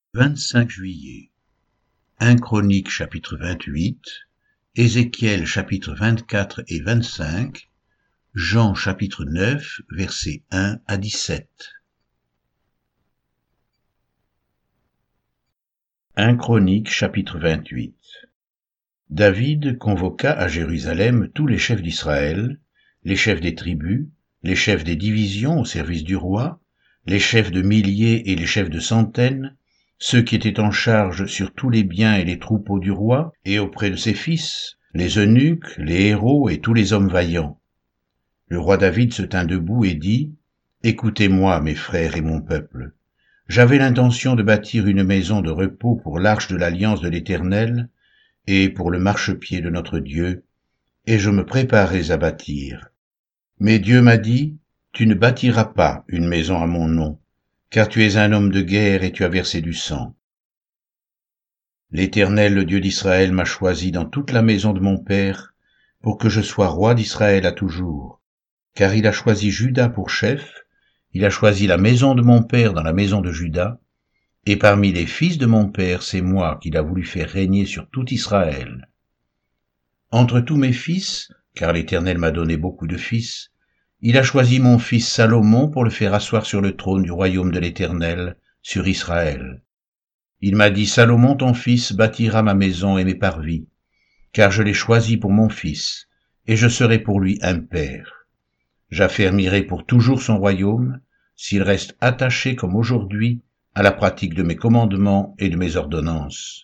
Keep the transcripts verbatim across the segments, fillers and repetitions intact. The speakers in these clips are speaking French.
vingt-cinq juillet. un Chroniques chapitre vingt-huit, Ézéchiel chapitre vingt-quatre et vingt-cinq, Jean chapitre neuf, versets un à dix-sept. un Chroniques chapitre vingt-huit. David convoqua à Jérusalem tous les chefs d'Israël, les chefs des tribus, les chefs des divisions au service du roi, les chefs de milliers et les chefs de centaines, ceux qui étaient en charge sur tous les biens et les troupeaux du roi, et auprès de ses fils, les eunuques, les héros et tous les hommes vaillants. Le roi David se tint debout et dit, « Écoutez-moi, mes frères et mon peuple. J'avais l'intention de bâtir une maison de repos pour l'arche de l'alliance de l'Éternel et pour le marchepied de notre Dieu, et je me préparais à bâtir. Mais Dieu m'a dit, « Tu ne bâtiras pas une maison à mon nom, car tu es un homme de guerre et tu as versé du sang. L'Éternel, le Dieu d'Israël, m'a choisi dans toute la maison de mon père, pour que je sois roi d'Israël à toujours, car il a choisi Juda pour chef, il a choisi la maison de mon père dans la maison de Juda, et parmi les fils de mon père, c'est moi qu'il a voulu faire régner sur tout Israël. Entre tous mes fils, car l'Éternel m'a donné beaucoup de fils, il a choisi mon fils Salomon pour le faire asseoir sur le trône du royaume de l'Éternel, sur Israël. Il m'a dit, Salomon ton fils bâtira ma maison et mes parvis, car je l'ai choisi pour mon fils, et je serai pour lui un père. J'affermirai pour toujours son royaume, s'il reste attaché comme aujourd'hui à la pratique de mes commandements et de mes ordonnances.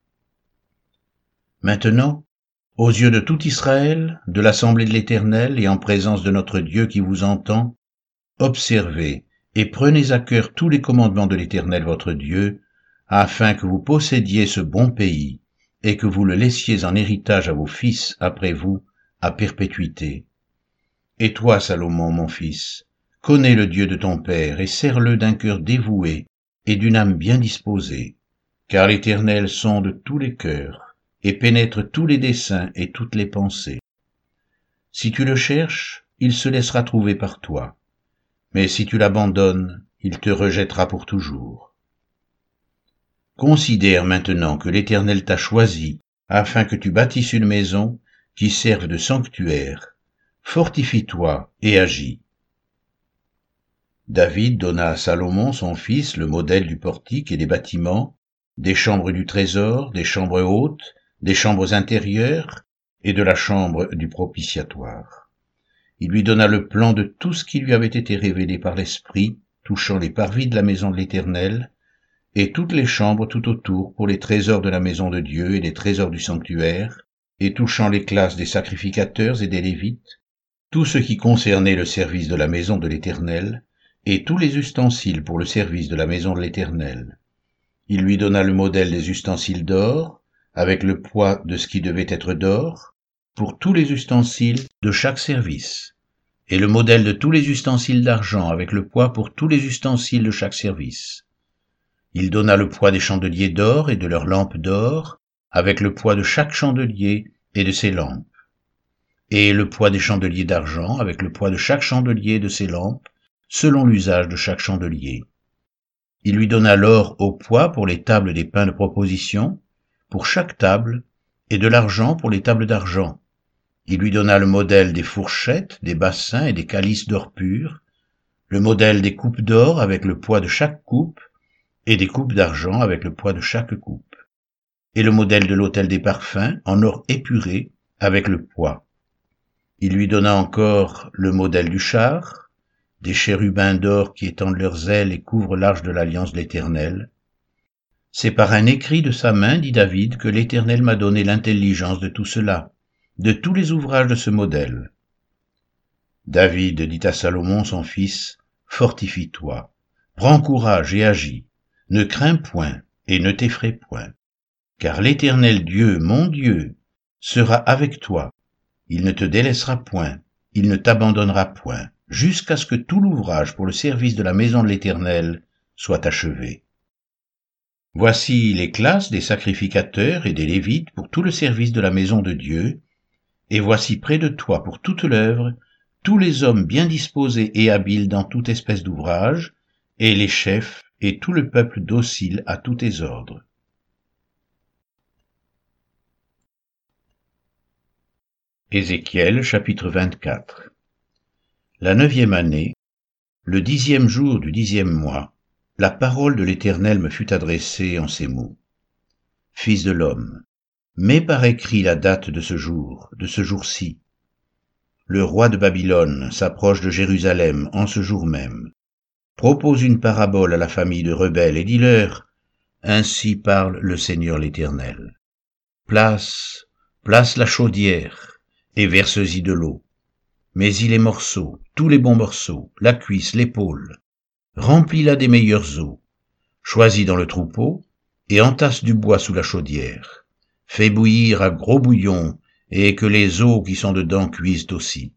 Maintenant, aux yeux de tout Israël, de l'assemblée de l'Éternel et en présence de notre Dieu qui vous entend, observez et prenez à cœur tous les commandements de l'Éternel votre Dieu, afin que vous possédiez ce bon pays et que vous le laissiez en héritage à vos fils après vous, à perpétuité. Et toi, Salomon, mon fils, connais le Dieu de ton père et sers-le d'un cœur dévoué et d'une âme bien disposée, car l'Éternel sonde tous les cœurs et pénètre tous les desseins et toutes les pensées. Si tu le cherches, il se laissera trouver par toi, mais si tu l'abandonnes, il te rejettera pour toujours. Considère maintenant que l'Éternel t'a choisi, afin que tu bâtisses une maison qui serve de sanctuaire. Fortifie-toi et agis. David donna à Salomon son fils le modèle du portique et des bâtiments, des chambres du trésor, des chambres hautes, des chambres intérieures et de la chambre du propitiatoire. Il lui donna le plan de tout ce qui lui avait été révélé par l'Esprit, touchant les parvis de la maison de l'Éternel, et toutes les chambres tout autour pour les trésors de la maison de Dieu et les trésors du sanctuaire, et touchant les classes des sacrificateurs et des Lévites, tout ce qui concernait le service de la maison de l'Éternel, et tous les ustensiles pour le service de la maison de l'Éternel. Il lui donna le modèle des ustensiles d'or, avec le poids de ce qui devait être d'or, pour tous les ustensiles de chaque service, et le modèle de tous les ustensiles d'argent, avec le poids pour tous les ustensiles de chaque service. Il donna le poids des chandeliers d'or et de leurs lampes d'or, avec le poids de chaque chandelier et de ses lampes, et le poids des chandeliers d'argent, avec le poids de chaque chandelier et de ses lampes, selon l'usage de chaque chandelier. Il lui donna l'or au poids pour les tables des pains de proposition, pour chaque table, et de l'argent pour les tables d'argent. Il lui donna le modèle des fourchettes, des bassins et des calices d'or pur, le modèle des coupes d'or avec le poids de chaque coupe, et des coupes d'argent avec le poids de chaque coupe, et le modèle de l'autel des parfums en or épuré avec le poids. Il lui donna encore le modèle du char, des chérubins d'or qui étendent leurs ailes et couvrent l'arche de l'alliance de l'Éternel. C'est par un écrit de sa main, dit David, que l'Éternel m'a donné l'intelligence de tout cela, de tous les ouvrages de ce modèle. David dit à Salomon son fils, « Fortifie-toi, prends courage et agis, ne crains point et ne t'effraie point, car l'Éternel Dieu, mon Dieu, sera avec toi, il ne te délaissera point, il ne t'abandonnera point, jusqu'à ce que tout l'ouvrage pour le service de la maison de l'Éternel soit achevé. Voici les classes des sacrificateurs et des Lévites pour tout le service de la maison de Dieu, et voici près de toi pour toute l'œuvre tous les hommes bien disposés et habiles dans toute espèce d'ouvrage, et les chefs et tout le peuple docile à tous tes ordres. Ézéchiel chapitre vingt-quatre. La neuvième année, le dixième jour du dixième mois, la parole de l'Éternel me fut adressée en ces mots. Fils de l'homme, mets par écrit la date de ce jour, de ce jour-ci. Le roi de Babylone s'approche de Jérusalem en ce jour même. Propose une parabole à la famille de rebelles et dis-leur, ainsi parle le Seigneur l'Éternel. Place, place la chaudière, et verse-y de l'eau. Mets-y les morceaux, tous les bons morceaux, la cuisse, l'épaule. Remplis-la des meilleures eaux. Choisis dans le troupeau, et entasse du bois sous la chaudière. Fais bouillir à gros bouillon, et que les eaux qui sont dedans cuisent aussi.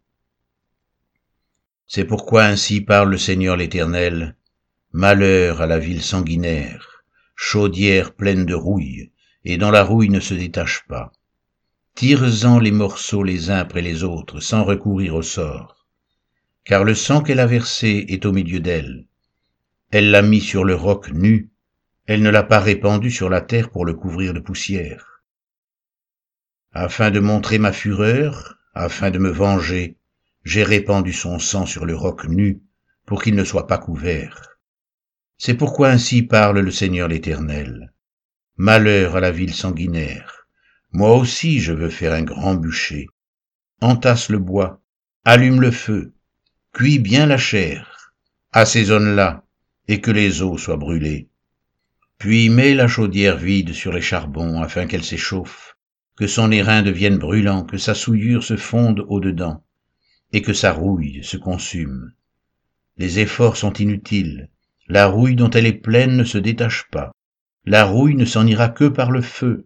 C'est pourquoi ainsi parle le Seigneur l'Éternel. Malheur à la ville sanguinaire, chaudière pleine de rouille, et dont la rouille ne se détache pas. Tire-en les morceaux les uns après les autres, sans recourir au sort. Car le sang qu'elle a versé est au milieu d'elle. Elle l'a mis sur le roc nu, elle ne l'a pas répandu sur la terre pour le couvrir de poussière. Afin de montrer ma fureur, afin de me venger, j'ai répandu son sang sur le roc nu, pour qu'il ne soit pas couvert. C'est pourquoi ainsi parle le Seigneur l'Éternel. Malheur à la ville sanguinaire. Moi aussi je veux faire un grand bûcher. Entasse le bois, allume le feu, cuis bien la chair, assaisonne-la, et que les eaux soient brûlées. Puis mets la chaudière vide sur les charbons, afin qu'elle s'échauffe, que son airain devienne brûlant, que sa souillure se fonde au-dedans, et que sa rouille se consume. Les efforts sont inutiles, la rouille dont elle est pleine ne se détache pas, la rouille ne s'en ira que par le feu.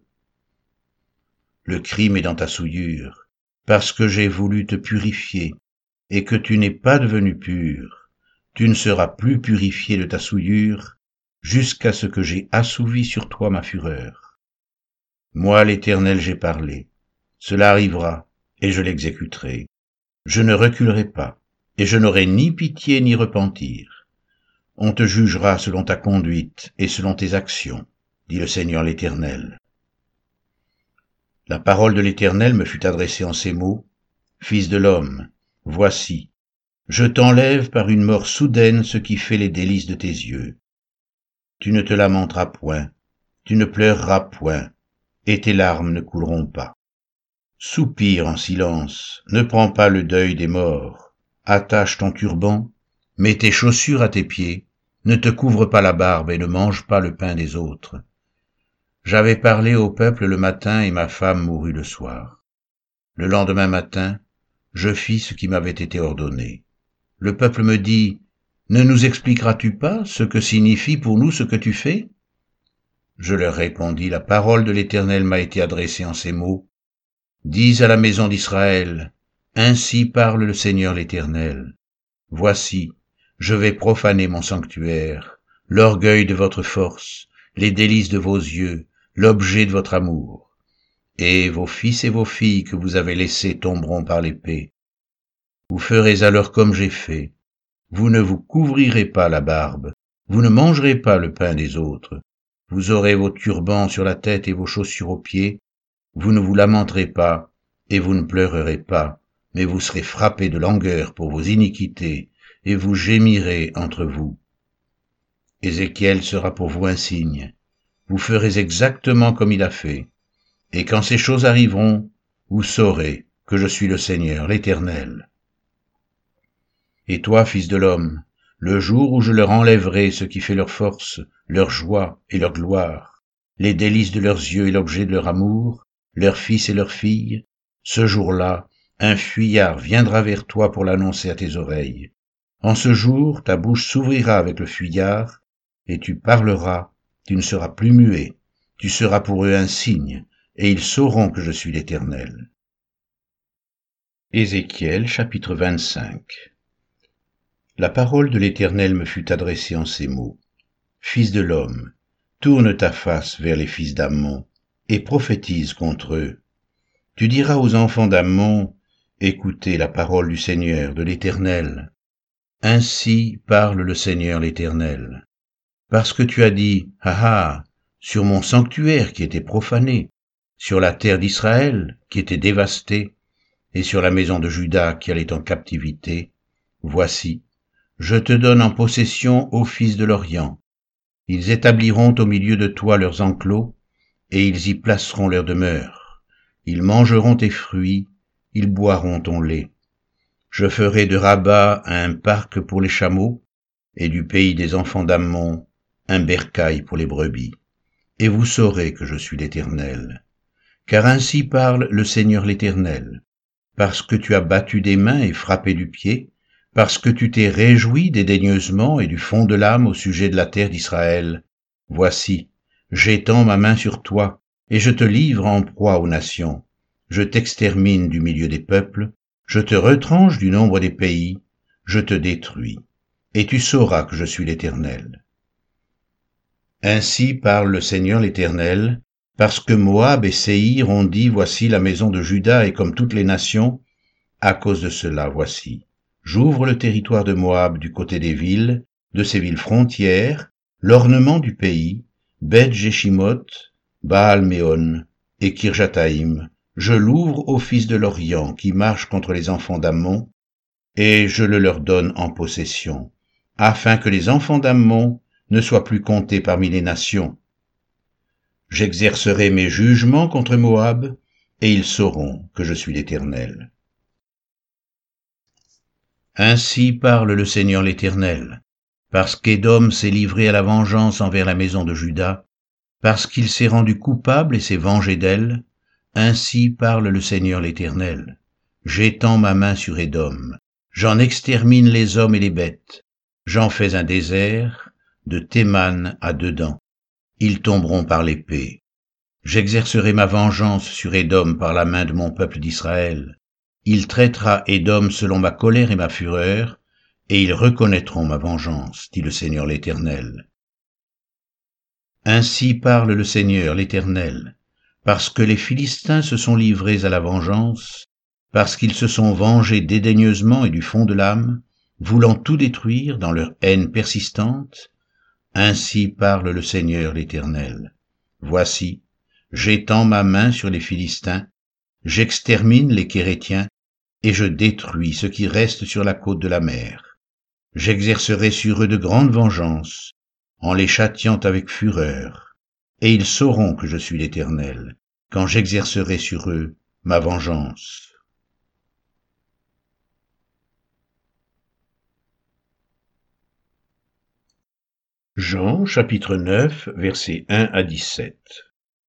Le crime est dans ta souillure, parce que j'ai voulu te purifier, et que tu n'es pas devenu pur, tu ne seras plus purifié de ta souillure, jusqu'à ce que j'ai assouvi sur toi ma fureur. Moi l'Éternel j'ai parlé, cela arrivera, et je l'exécuterai. Je ne reculerai pas, et je n'aurai ni pitié ni repentir. On te jugera selon ta conduite et selon tes actions, dit le Seigneur l'Éternel. La parole de l'Éternel me fut adressée en ces mots. Fils de l'homme, voici, je t'enlève par une mort soudaine ce qui fait les délices de tes yeux. Tu ne te lamenteras point, tu ne pleureras point, et tes larmes ne couleront pas. Soupire en silence, ne prends pas le deuil des morts, attache ton turban, mets tes chaussures à tes pieds, ne te couvre pas la barbe et ne mange pas le pain des autres. J'avais parlé au peuple le matin et ma femme mourut le soir. Le lendemain matin, je fis ce qui m'avait été ordonné. Le peuple me dit, « Ne nous expliqueras-tu pas ce que signifie pour nous ce que tu fais ?» Je leur répondis, « La parole de l'Éternel m'a été adressée en ces mots. Dis à la maison d'Israël, ainsi parle le Seigneur l'Éternel. Voici, je vais profaner mon sanctuaire, l'orgueil de votre force, les délices de vos yeux, l'objet de votre amour. Et vos fils et vos filles que vous avez laissés tomberont par l'épée. Vous ferez alors comme j'ai fait. Vous ne vous couvrirez pas la barbe, vous ne mangerez pas le pain des autres. Vous aurez vos turbans sur la tête et vos chaussures aux pieds. Vous ne vous lamenterez pas, et vous ne pleurerez pas, mais vous serez frappés de langueur pour vos iniquités, et vous gémirez entre vous. Ézéchiel sera pour vous un signe. Vous ferez exactement comme il a fait. Et quand ces choses arriveront, vous saurez que je suis le Seigneur, l'Éternel. Et toi, fils de l'homme, le jour où je leur enlèverai ce qui fait leur force, leur joie et leur gloire, les délices de leurs yeux et l'objet de leur amour, leurs fils et leurs filles, ce jour-là, un fuyard viendra vers toi pour l'annoncer à tes oreilles. En ce jour, ta bouche s'ouvrira avec le fuyard, et tu parleras, tu ne seras plus muet, tu seras pour eux un signe, et ils sauront que je suis l'Éternel. Ézéchiel chapitre vingt-cinq. La parole de l'Éternel me fut adressée en ces mots. Fils de l'homme, tourne ta face vers les fils d'Ammon, et prophétise contre eux. Tu diras aux enfants d'Ammon, écoutez la parole du Seigneur, de l'Éternel. Ainsi parle le Seigneur l'Éternel. Parce que tu as dit, ah ah, sur mon sanctuaire qui était profané, sur la terre d'Israël qui était dévastée, et sur la maison de Juda qui allait en captivité, voici, je te donne en possession aux fils de l'Orient. Ils établiront au milieu de toi leurs enclos, et ils y placeront leur demeure. Ils mangeront tes fruits, ils boiront ton lait. Je ferai de Rabat un parc pour les chameaux, et du pays des enfants d'Ammon un bercail pour les brebis. Et vous saurez que je suis l'Éternel. Car ainsi parle le Seigneur l'Éternel. Parce que tu as battu des mains et frappé du pied, parce que tu t'es réjoui dédaigneusement et du fond de l'âme au sujet de la terre d'Israël, voici, j'étends ma main sur toi, et je te livre en proie aux nations. Je t'extermine du milieu des peuples, je te retranche du nombre des pays, je te détruis, et tu sauras que je suis l'Éternel. Ainsi parle le Seigneur l'Éternel, parce que Moab et Séhir ont dit, voici la maison de Juda est comme toutes les nations, à cause de cela, voici, j'ouvre le territoire de Moab du côté des villes, de ses villes frontières, l'ornement du pays, Beth-Jéchimoth, Baal-Méon et Kirjataïm, je l'ouvre aux fils de l'Orient qui marchent contre les enfants d'Ammon, et je le leur donne en possession, afin que les enfants d'Ammon ne soient plus comptés parmi les nations. J'exercerai mes jugements contre Moab, et ils sauront que je suis l'Éternel. Ainsi parle le Seigneur l'Éternel, parce qu'Édom s'est livré à la vengeance envers la maison de Juda, parce qu'il s'est rendu coupable et s'est vengé d'elle, ainsi parle le Seigneur l'Éternel. J'étends ma main sur Édom, j'en extermine les hommes et les bêtes, j'en fais un désert, de Théman à Dedan. Ils tomberont par l'épée. J'exercerai ma vengeance sur Édom par la main de mon peuple d'Israël. Il traitera Édom selon ma colère et ma fureur, et ils reconnaîtront ma vengeance, dit le Seigneur l'Éternel. Ainsi parle le Seigneur l'Éternel, parce que les Philistins se sont livrés à la vengeance, parce qu'ils se sont vengés dédaigneusement et du fond de l'âme, voulant tout détruire dans leur haine persistante, ainsi parle le Seigneur l'Éternel. Voici, j'étends ma main sur les Philistins, j'extermine les Kérétiens, et je détruis ce qui reste sur la côte de la mer. J'exercerai sur eux de grandes vengeances, en les châtiant avec fureur, et ils sauront que je suis l'Éternel, quand j'exercerai sur eux ma vengeance. Jean chapitre neuf, versets un à dix-sept.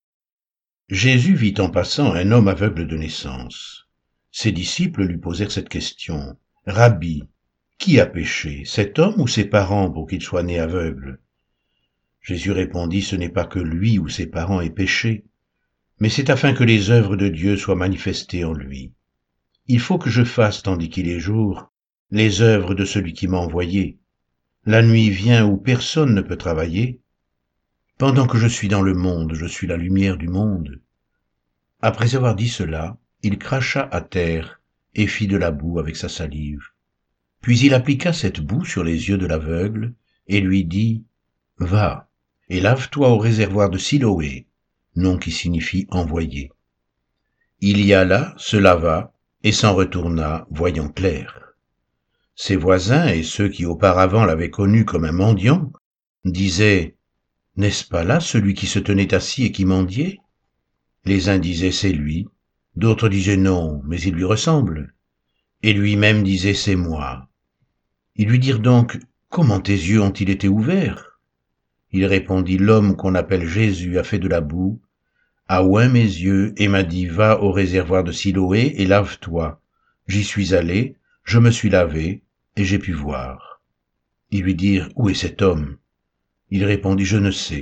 Jésus vit en passant un homme aveugle de naissance. Ses disciples lui posèrent cette question. « Rabbi, qui a péché, cet homme ou ses parents pour qu'il soit né aveugle ?» Jésus répondit, « Ce n'est pas que lui ou ses parents aient péché, mais c'est afin que les œuvres de Dieu soient manifestées en lui. Il faut que je fasse, tandis qu'il est jour, les œuvres de celui qui m'a envoyé. La nuit vient où personne ne peut travailler. Pendant que je suis dans le monde, je suis la lumière du monde. » Après avoir dit cela, il cracha à terre et fit de la boue avec sa salive. Puis il appliqua cette boue sur les yeux de l'aveugle et lui dit, « Va, et lave-toi au réservoir de Siloé, nom qui signifie envoyé. » Il y alla, se lava, et s'en retourna, voyant clair. Ses voisins et ceux qui auparavant l'avaient connu comme un mendiant disaient, « N'est-ce pas là celui qui se tenait assis et qui mendiait ?» Les uns disaient, « C'est lui », d'autres disaient, « Non, mais il lui ressemble. » Et lui-même disait, « C'est moi. » Ils lui dirent donc, « Comment tes yeux ont-ils été ouverts ?» Il répondit, « L'homme qu'on appelle Jésus a fait de la boue, a oint mes yeux et m'a dit, va au réservoir de Siloé et lave-toi. J'y suis allé, je me suis lavé et j'ai pu voir. » Ils lui dirent, « Où est cet homme ?» Il répondit, « Je ne sais. »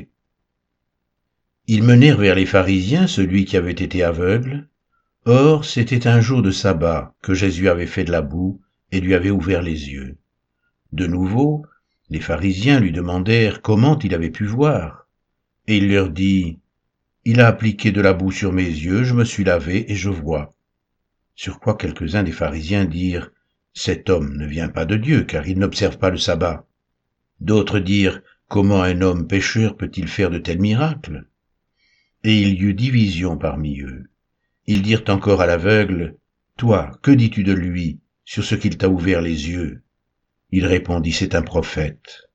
Ils menèrent vers les pharisiens celui qui avait été aveugle. Or, c'était un jour de sabbat que Jésus avait fait de la boue et lui avait ouvert les yeux. De nouveau, les pharisiens lui demandèrent comment il avait pu voir. Et il leur dit, « Il a appliqué de la boue sur mes yeux, je me suis lavé et je vois. » Sur quoi quelques-uns des pharisiens dirent, « Cet homme ne vient pas de Dieu, car il n'observe pas le sabbat. » D'autres dirent, comment un homme pécheur peut-il faire de tels miracles? Et il y eut division parmi eux. Ils dirent encore à l'aveugle, toi, que dis-tu de lui, sur ce qu'il t'a ouvert les yeux? Il répondit, c'est un prophète.